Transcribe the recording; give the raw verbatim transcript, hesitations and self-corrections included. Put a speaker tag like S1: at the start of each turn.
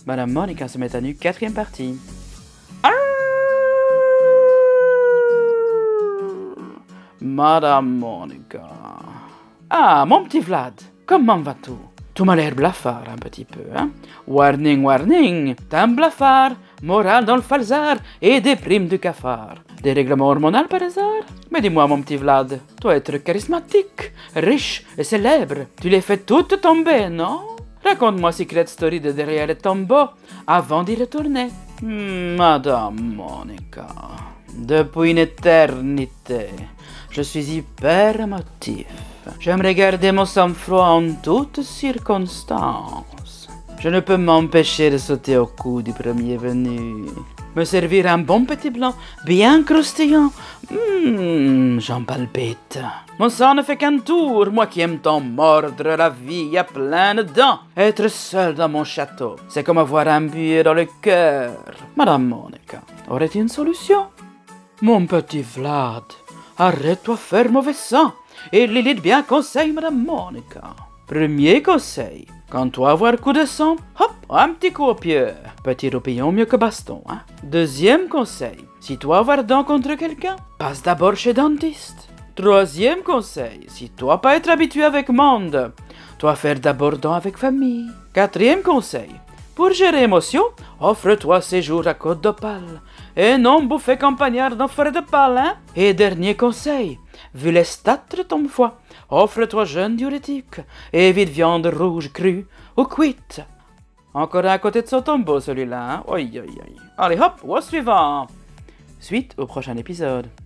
S1: Madame Monica se met à nu, quatrième partie. Madame Monica. Ah, mon petit Vlad, comment vas-tu? Tu m'as l'air blafard un petit peu, hein? Warning, warning, t'es un blafard, moral dans le falzar et des primes du cafard. Dérèglement hormonal par hasard? Mais dis-moi, mon petit Vlad, toi être charismatique, riche et célèbre, tu les fais toutes tomber, non? Raconte-moi secret story de derrière le tombeau avant d'y retourner. Madame Monica, depuis une éternité, je suis hyper émotif. J'aimerais garder mon sang-froid en toutes circonstances. Je ne peux m'empêcher de sauter au cou du premier venu. Me servir un bon petit blanc, bien croustillant. Mmh, j'en palpite. Mon sang ne fait qu'un tour, moi qui aime tant mordre la vie à pleines dents. Être seul dans mon château, c'est comme avoir un buée dans le cœur. Madame Monica, aurais-tu une solution? Mon petit Vlad, arrête-toi faire mauvais sang. Et Lilith bien conseille, Madame Monica. Premier conseil, quand toi avoir coup de sang, hop, un petit coup au pied. Petit roupillon mieux que baston, hein. Deuxième conseil, si toi avoir dent contre quelqu'un, passe d'abord chez dentiste. Troisième conseil, si toi pas être habitué avec monde, toi faire d'abord dent avec famille. Quatrième conseil, pour gérer émotion, offre-toi séjour à Côte d'Opale. Et non bouffer campagnard dans forêt de pal, hein. Et dernier conseil, vu les stats de ton foie, offre-toi jeune diurétique, et évite viande rouge crue ou cuite. Encore à côté de son tombeau celui-là, hein. Oi, oi, oi. Allez hop, au suivant. Suite au prochain épisode.